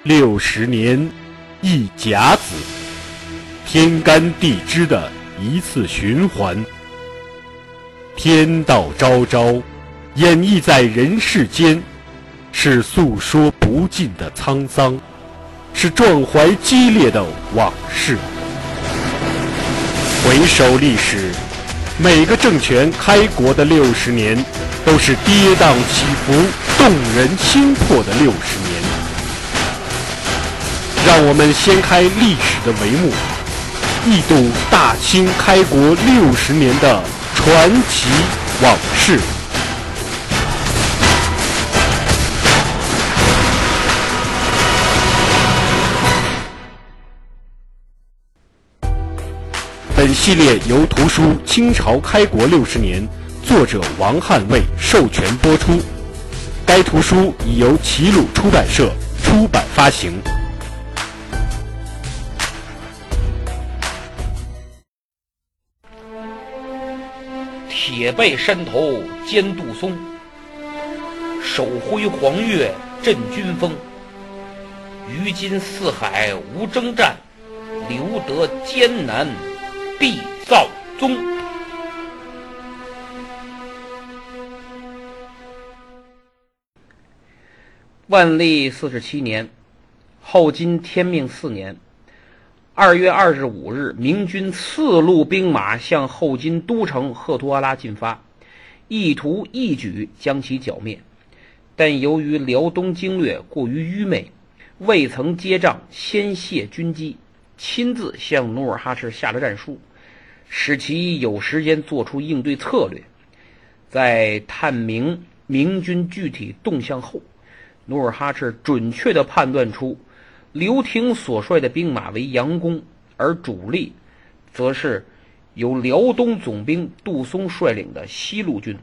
60年一甲子，天干地支的一次循环。天道昭昭，演绎在人世间，是诉说不尽的沧桑，是壮怀激烈的往事。回首历史，每个政权开国的60年，都是跌宕起伏、动人心魄的60年。让我们掀开历史的帷幕，一睹大清开国60年的传奇往事。本系列由图书《清朝开国60年》作者王汉卫授权播出，该图书已由齐鲁出版社出版发行。 铁背山头兼杜松，手挥黄钺振军风。于今四海无征战，留得艰难必造宗。万历47年，后金天命4年2月25日，明军4路兵马向后金都城赫图阿拉进发，意图一举将其剿灭。但由于辽东经略过于愚昧，未曾接仗先泄军机，亲自向努尔哈赤下了战书，使其有时间做出应对策略。在探明明军具体动向后，努尔哈赤准确地判断出刘廷所率的兵马为佯攻，而主力则是由辽东总兵杜松率领的西路军。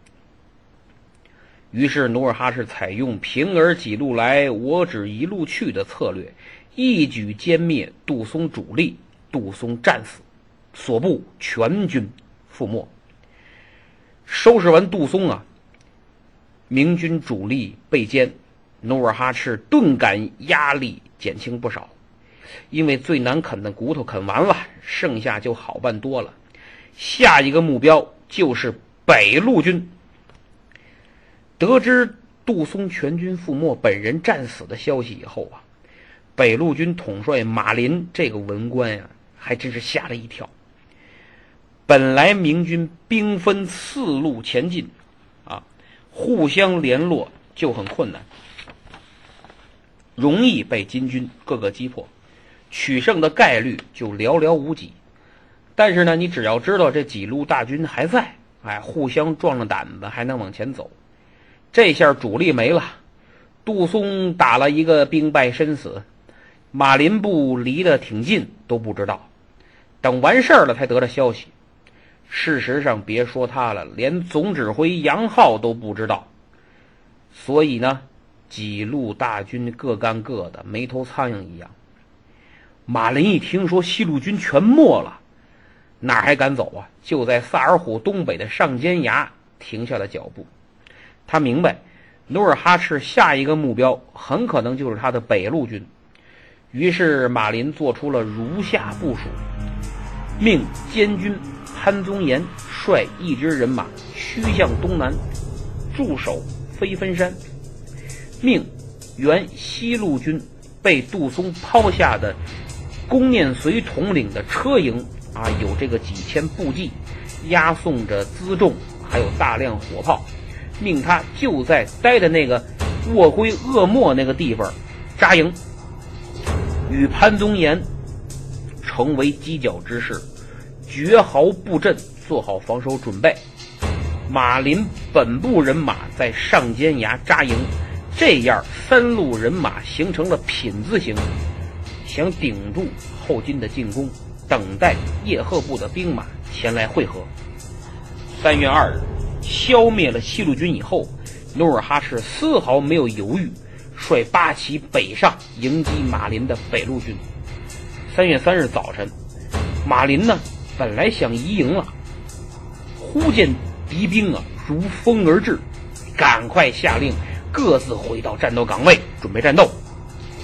于是努尔哈赤采用平儿几路来，我只一路去的策略，一举歼灭杜松主力，杜松战死，所部全军覆没。收拾完杜松明军主力被歼，努尔哈赤顿感压力减轻不少，因为最难啃的骨头啃完了，剩下就好办多了。下一个目标就是北路军。得知杜松全军覆没，本人战死的消息以后北路军统帅马林这个文官还真是吓了一跳。本来明军兵分4路前进互相联络就很困难，容易被金军各个击破，取胜的概率就寥寥无几。但是呢，你只要知道这几路大军还在，互相壮了胆子，还能往前走。这下主力没了，杜松打了一个兵败身死，马林部离得挺近都不知道，等完事儿了才得到消息。事实上别说他了，连总指挥杨浩都不知道。所以呢，几路大军各干各的，没头苍蝇一样。马林一听说西路军全没了，哪还敢走就在萨尔浒东北的上尖崖停下了脚步。他明白努尔哈赤下一个目标很可能就是他的北路军，于是马林做出了如下部署：命监军潘宗岩率一支人马趋向东南，驻守飞分山；命原西路军被杜松抛下的龚念随统领的车营有这个几千步骑，押送着辎重，还有大量火炮，命他就在待的那个卧灰恶墨那个地方扎营，与潘宗岩成为犄角之势，绝壕布阵，做好防守准备。马林本部人马在上尖崖扎营，这样3路人马形成了品字形，想顶住后金的进攻，等待叶赫部的兵马前来会合。3月2日消灭了西路军以后，努尔哈赤丝毫没有犹豫，率8旗北上迎击马林的北路军。3月3日早晨，马林呢本来想移营了，忽见敌兵如风而至，赶快下令各自回到战斗岗位，准备战斗。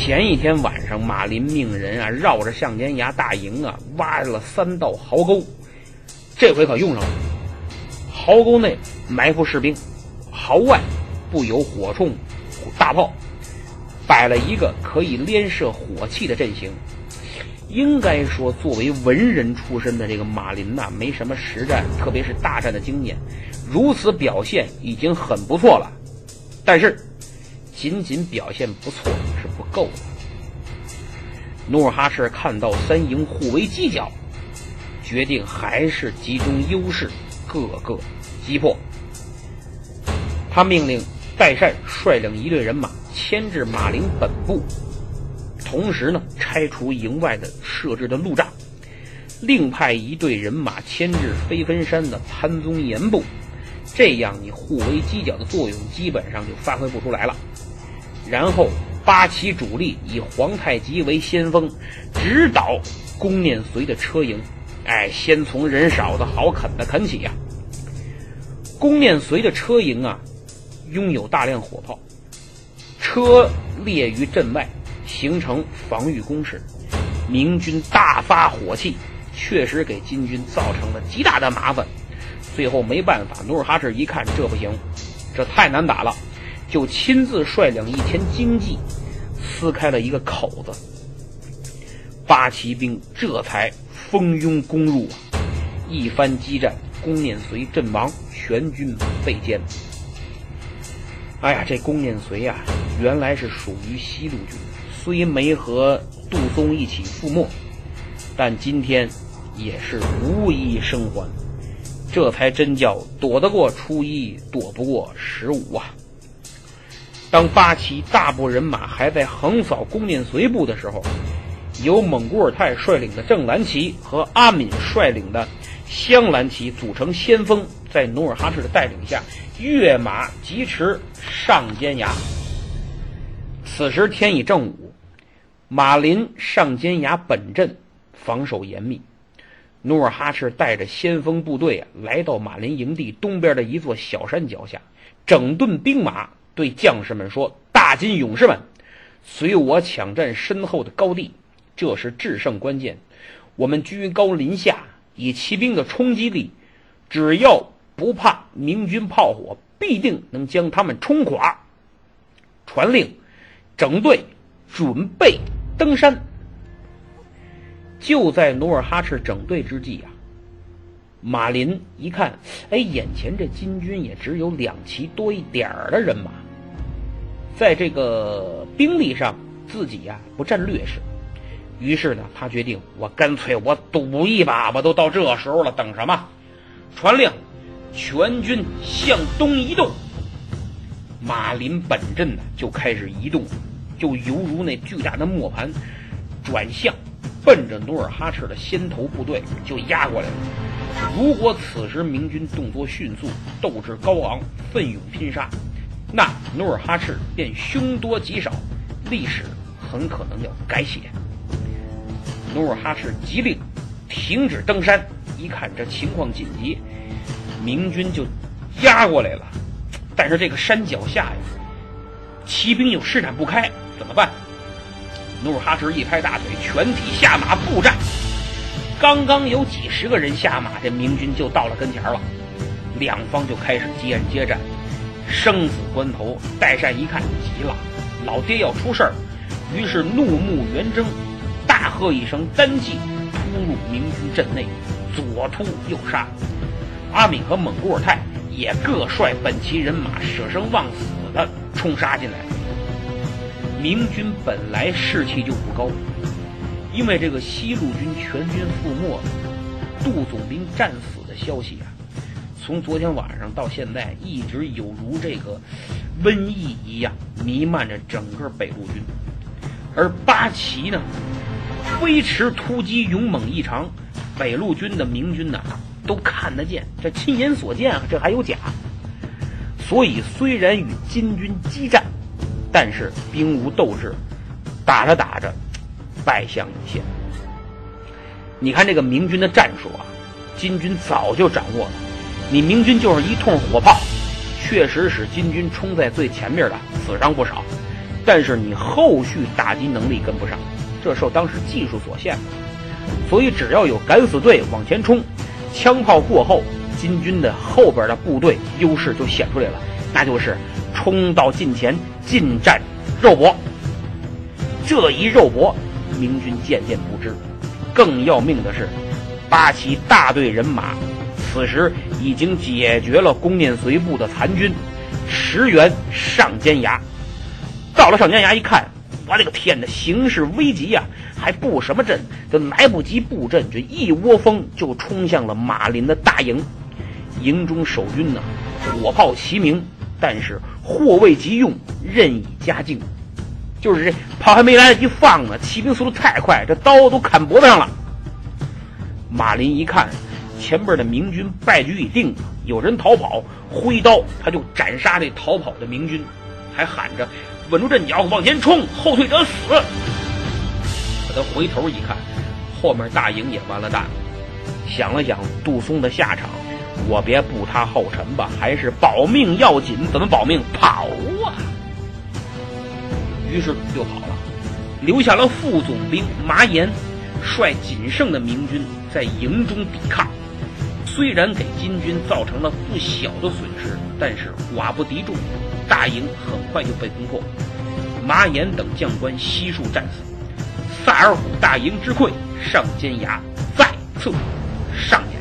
前一天晚上，马林命人啊，绕着上尖崖大营啊，挖了3道壕沟，这回可用上了。壕沟内埋伏士兵，壕外布有火铳、大炮，摆了一个可以连射火器的阵型。应该说，作为文人出身的这个马林呐，没什么实战，特别是大战的经验，如此表现已经很不错了。但是，仅仅表现不错是不够的。努尔哈赤看到3营互为犄角，决定还是集中优势，各个击破。他命令代善率领一队人马牵至马陵本部，同时呢，拆除营外的设置的路障，另派一队人马牵至飞分山的潘宗岩部，这样你互为犄角的作用基本上就发挥不出来了。然后八旗主力以皇太极为先锋，直捣龚念绥的车营。先从人少的好啃的啃起呀。龚念绥的车营啊，拥有大量火炮，车列于阵外，形成防御工事。明军大发火气，确实给金军造成了极大的麻烦。最后没办法，努尔哈赤一看这不行，这太难打了，就亲自率领1000精骑撕开了一个口子，八旗兵这才蜂拥攻入啊！一番激战，龚念绥阵亡，全军被歼。这龚念绥啊，原来是属于西路军，虽没和杜松一起覆没，但今天也是无一生还。这才真叫躲得过初1，躲不过15啊！当八旗大部人马还在横扫龚念绥部的时候，由蒙古尔泰率领的正蓝旗和阿敏率领的镶蓝旗组成先锋，在努尔哈赤的带领下跃马疾驰上尖崖。此时天已正午，马林上尖崖本阵防守严密。努尔哈赤带着先锋部队来到马林营地东边的一座小山脚下，整顿兵马，对将士们说：“大金勇士们，随我抢占身后的高地，这是制胜关键。我们居高临下，以骑兵的冲击力，只要不怕明军炮火，必定能将他们冲垮。”传令，整队准备登山。就在努尔哈赤整队之际啊，马林一看，眼前这金军也只有2旗多一点的人马，在这个兵力上自己不占劣势。于是呢，他决定，我干脆我赌一把吧，都到这时候了，等什么？传令，全军向东移动。马林本阵呢就开始移动，就犹如那巨大的磨盘，转向奔着努尔哈赤的先头部队就压过来了。如果此时明军动作迅速，斗志高昂，奋勇拼杀，那努尔哈赤便凶多吉少，历史很可能要改写。努尔哈赤急令停止登山，一看这情况紧急，明军就压过来了。但是这个山脚下骑兵又施展不开，怎么办？努尔哈赤一拍大腿，全体下马布战。刚刚有几10个人下马，这明军就到了跟前了，两方就开始接战。生死关头，代善一看急了，老爹要出事儿，于是怒目圆睁，大喝一声，单骑突入明军阵内，左突右杀。阿敏和蒙古尔泰也各率本旗人马舍生忘死的冲杀进来。明军本来士气就不高，因为这个西路军全军覆没，杜总兵战死的消息从昨天晚上到现在一直有如这个瘟疫一样弥漫着整个北路军。而八旗呢，飞驰突击勇猛异常，北路军的明军都看得见，这亲眼所见这还有假。所以虽然与金军激战，但是兵无斗志，打着打着败相有限。你看这个明军的战术金军早就掌握了。你明军就是一通火炮，确实使金军冲在最前面的死伤不少， 但是你后续打击能力跟不上，这受当时技术所限。所以只要有敢死队往前冲，枪炮过后，金军的后边的部队优势就显出来了，那就是冲到近前，近战肉搏。这一肉搏，明军渐渐不支。更要命的是，8旗大队人马此时已经解决了弓念随部的残军，驰援上尖崖。到了上尖崖一看，我的个天哪，形势危急呀，还布什么阵？就来不及布阵，就一窝蜂就冲向了马林的大营。营中守军呢，火炮齐鸣，但是货未急用，任以加劲。就是这炮还没来得及放呢，骑兵速度太快，这刀都砍脖子上了。马林一看前边的明军败局已定，有人逃跑，挥刀他就斩杀这逃跑的明军，还喊着稳住阵脚，往前冲，后退者死。可他回头一看，后面大营也完了蛋了。想了想杜松的下场，我别步他后尘吧，还是保命要紧。怎么保命？跑啊！于是就跑了，留下了副总兵麻岩率仅剩的明军在营中抵抗。虽然给金军造成了不小的损失，但是寡不敌众，大营很快就被攻破。麻岩等将官悉数战死，萨尔虎大营之溃，上尖崖再次上演。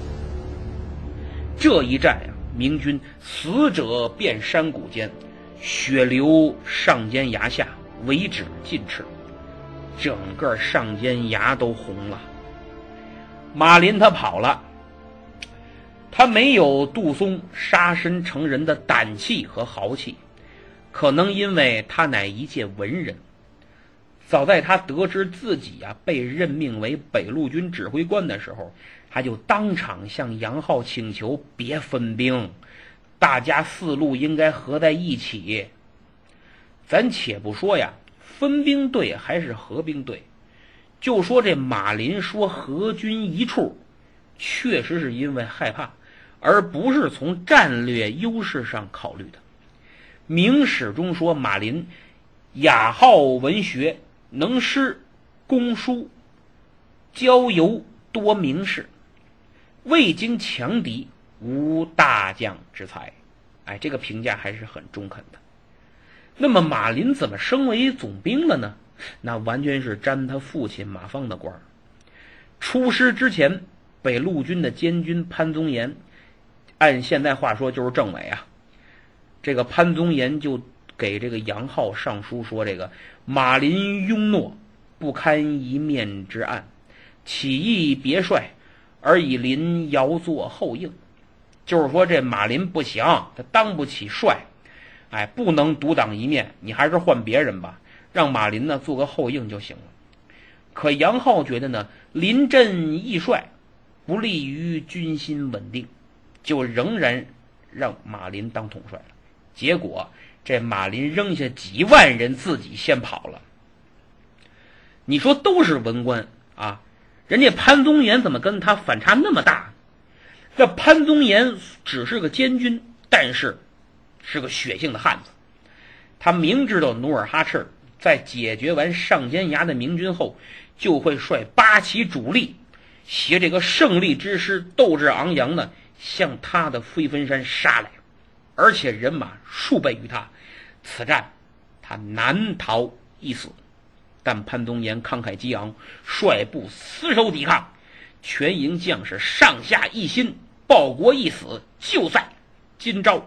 这一战呀，明军死者遍山谷间，血流上尖崖下，为止尽赤，整个上尖崖都红了。马林他跑了，他没有杜松杀身成仁的胆气和豪气，可能因为他乃一介文人。早在他得知自己被任命为北路军指挥官的时候，他就当场向杨浩请求别分兵，大家四路应该合在一起。咱且不说分兵队还是合兵队，就说这马林说合军一处，确实是因为害怕，而不是从战略优势上考虑的。明史中说马林雅好文学，能诗工书，交游多名士，未经强敌，无大将之才。这个评价还是很中肯的。那么马林怎么升为总兵了呢？那完全是沾他父亲马放的官。出师之前，北路军的监军潘宗岩，按现代话说就是政委这个潘宗岩就给这个杨浩上书说，这个马林庸懦，不堪一面之案，起义别帅，而以林遥作后应。就是说这马林不行，他当不起帅，不能独当一面，你还是换别人吧，让马林呢做个后应就行了。可杨浩觉得呢，临阵易帅，不利于军心稳定，就仍然让马林当统帅了。结果这马林扔下几万人自己先跑了。你说都是文官人家潘宗岩怎么跟他反差那么大？这潘宗岩只是个监军，但是是个血性的汉子。他明知道努尔哈赤在解决完上尖崖的明军后，就会率8旗主力携这个胜利之师，斗志昂扬的向他的飞分山杀来，而且人马数倍于他，此战他难逃一死。但潘宗岩慷慨激昂，率部死守抵抗，全营将士上下一心，报国一死，就在今朝。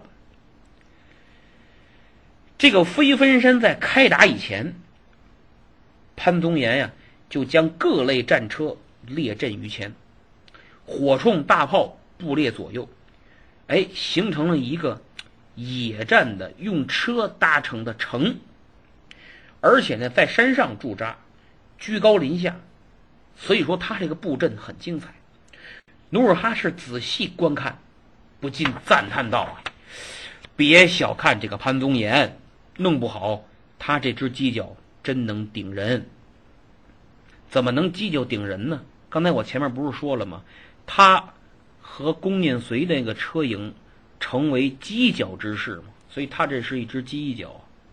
这个飞分山在开打以前，潘宗岩就将各类战车列阵于前，火铳大炮布列左右，形成了一个野战的用车搭成的城。而且呢，在山上驻扎，居高临下，所以说他这个布阵很精彩。努尔哈赤仔细观看，不禁赞叹道别小看这个潘宗岩，弄不好他这只犄角真能顶人。怎么能犄角顶人呢？刚才我前面不是说了吗？他和龚念随那个车营成为犄角之势嘛，所以他这是一只犄角。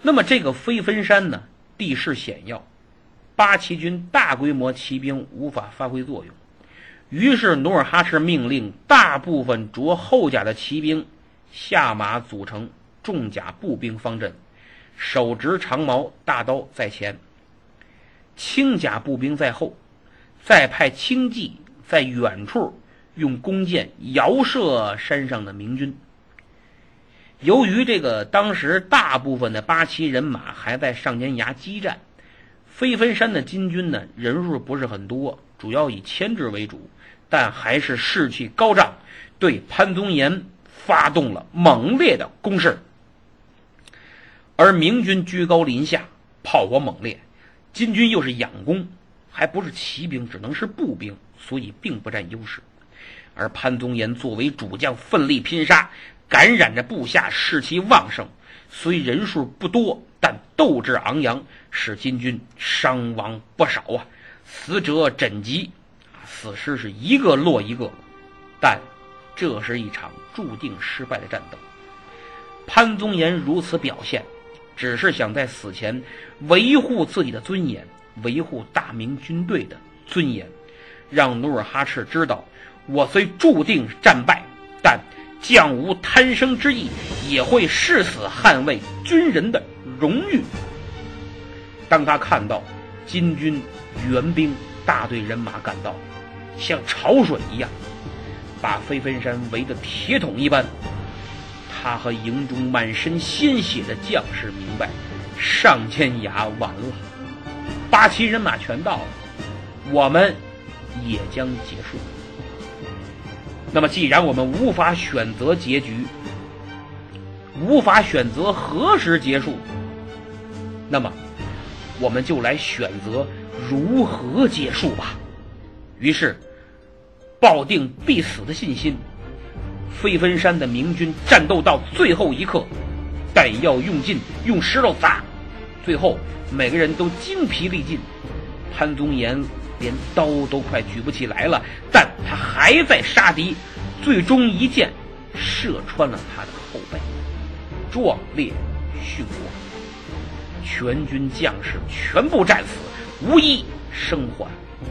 那么这个飞分山呢，地势险要，八旗军大规模骑兵无法发挥作用。于是努尔哈赤命令大部分着厚甲的骑兵下马组成重甲步兵方阵，手执长矛大刀在前，轻甲步兵在后，再派轻骑在远处用弓箭遥射山上的明军。由于这个当时大部分的八旗人马还在上尖崖激战，飞分山的金军呢人数不是很多，主要以牵制为主，但还是士气高涨，对潘宗岩发动了猛烈的攻势。而明军居高临下，炮火猛烈，金军又是仰攻，还不是骑兵，只能是步兵，所以并不占优势。而潘宗岩作为主将奋力拼杀，感染着部下士气旺盛，虽人数不多，但斗志昂扬，使金军伤亡不少啊，死者枕藉，死尸是一个落一个。但这是一场注定失败的战斗。潘宗岩如此表现，只是想在死前维护自己的尊严，维护大明军队的尊严，让努尔哈赤知道，我虽注定战败，但将无贪生之意，也会誓死捍卫军人的荣誉。当他看到金军援兵大队人马赶到，像潮水一样把飞分山围得铁桶一般，他和营中满身鲜血的将士明白，上尖崖完了，八旗人马全到了，我们也将结束。那么既然我们无法选择结局，无法选择何时结束，那么我们就来选择如何结束吧。于是抱定必死的信心，飞分山的明军战斗到最后一刻，弹药用尽，用石头砸，最后每个人都精疲力尽，潘宗岩连刀都快举不起来了，但他还在杀敌，最终一箭射穿了他的后背，壮烈殉国。全军将士全部战死，无一生还。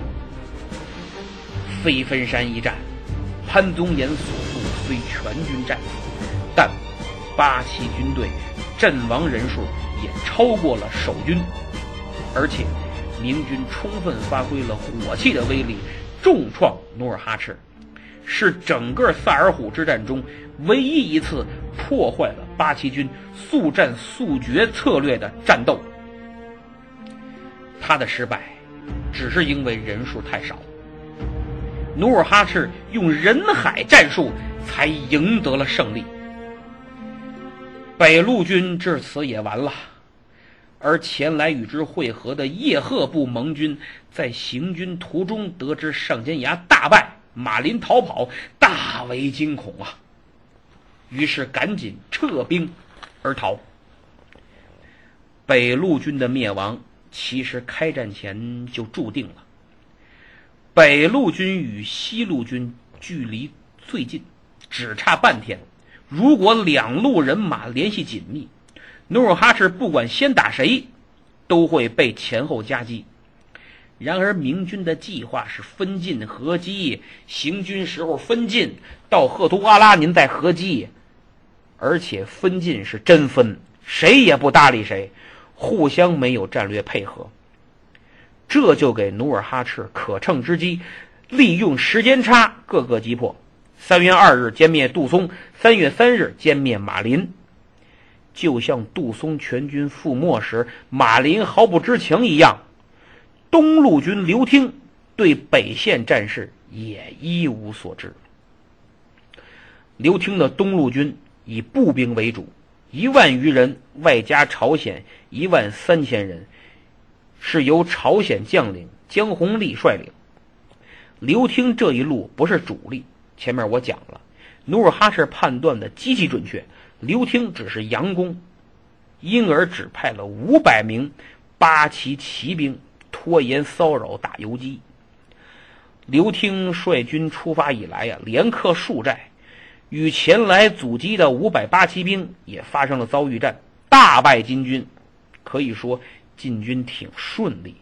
飞分山一战，潘宗岩所部虽全军战死，但八旗军队阵亡人数也超过了守军，而且明军充分发挥了火器的威力，重创努尔哈赤，是整个萨尔浒之战中唯一一次破坏了八旗军速战速决策略的战斗。他的失败只是因为人数太少，努尔哈赤用人海战术才赢得了胜利。北路军至此也完了，而前来与之会合的叶赫部盟军在行军途中得知上尖崖大败，马林逃跑，大为惊恐啊，于是赶紧撤兵而逃。北路军的灭亡其实开战前就注定了。北路军与西路军距离最近，只差半天，如果两路人马联系紧密，努尔哈赤不管先打谁都会被前后夹击。然而明军的计划是分进合击，行军时候分进，到赫图阿拉您再合击，而且分进是真分，谁也不搭理谁，互相没有战略配合。这就给努尔哈赤可乘之机，利用时间差各个击破。3月2日歼灭杜松，3月3日歼灭马林。就像杜松全军覆没时马林毫不知情一样，东路军刘听对北线战事也一无所知。刘听的东路军以步兵为主，1万余人，外加朝鲜13000人，是由朝鲜将领江弘立率领。刘听这一路不是主力，前面我讲了，努尔哈赤判断的极其准确，刘听只是佯攻，因而只派了500名八旗骑兵拖延骚扰打游击。刘听率军出发以来连克数寨，与前来阻击的500八旗兵也发生了遭遇战，大败金军， 可以说进军挺顺利。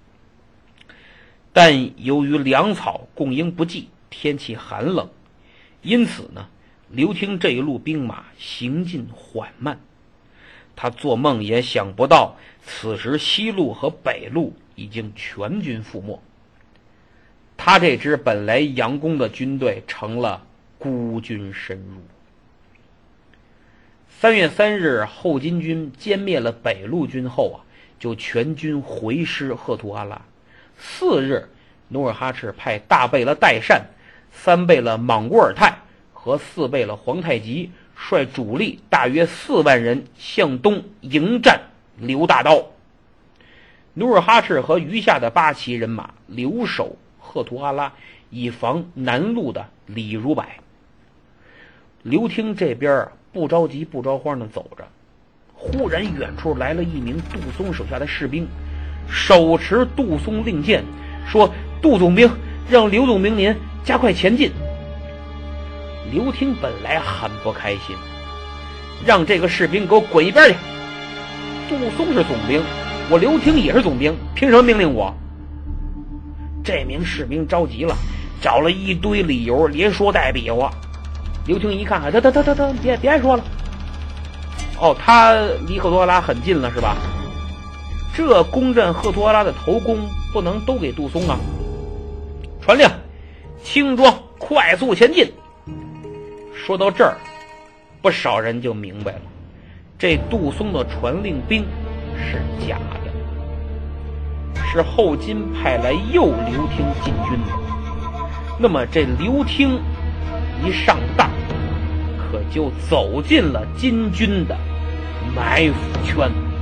但由于粮草供应不济，天气寒冷，因此呢，刘廷这一路兵马行进缓慢。他做梦也想不到，此时西路和北路已经全军覆没。他这支本来佯攻的军队成了孤军深入。3月3日，后金军歼灭了北路军后就全军回师赫图阿拉。4日，努尔哈赤派大贝勒代善、3贝勒莽古尔泰和4贝勒皇太极率主力大约4万人向东迎战刘大刀。努尔哈赤和余下的8旗人马留守赫图阿拉，以防南路的李如柏。刘廷这边不着急不着慌地走着，忽然远处来了一名杜松手下的士兵，手持杜松令箭，说：“杜总兵，让刘总兵您加快前进。”刘廷本来很不开心，让这个士兵给我滚一边去！杜松是总兵，我刘廷也是总兵，凭什么命令我？这名士兵着急了，找了一堆理由，连说带比划。刘廷一看，别说了。他离赫图阿拉很近了是吧？这攻占赫图阿拉的头功不能都给杜松啊！传令，轻装快速前进。说到这儿，不少人就明白了，这杜松的传令兵是假的，是后金派来诱刘廷进军的。那么这刘廷一上当，可就走进了金军的埋伏圈。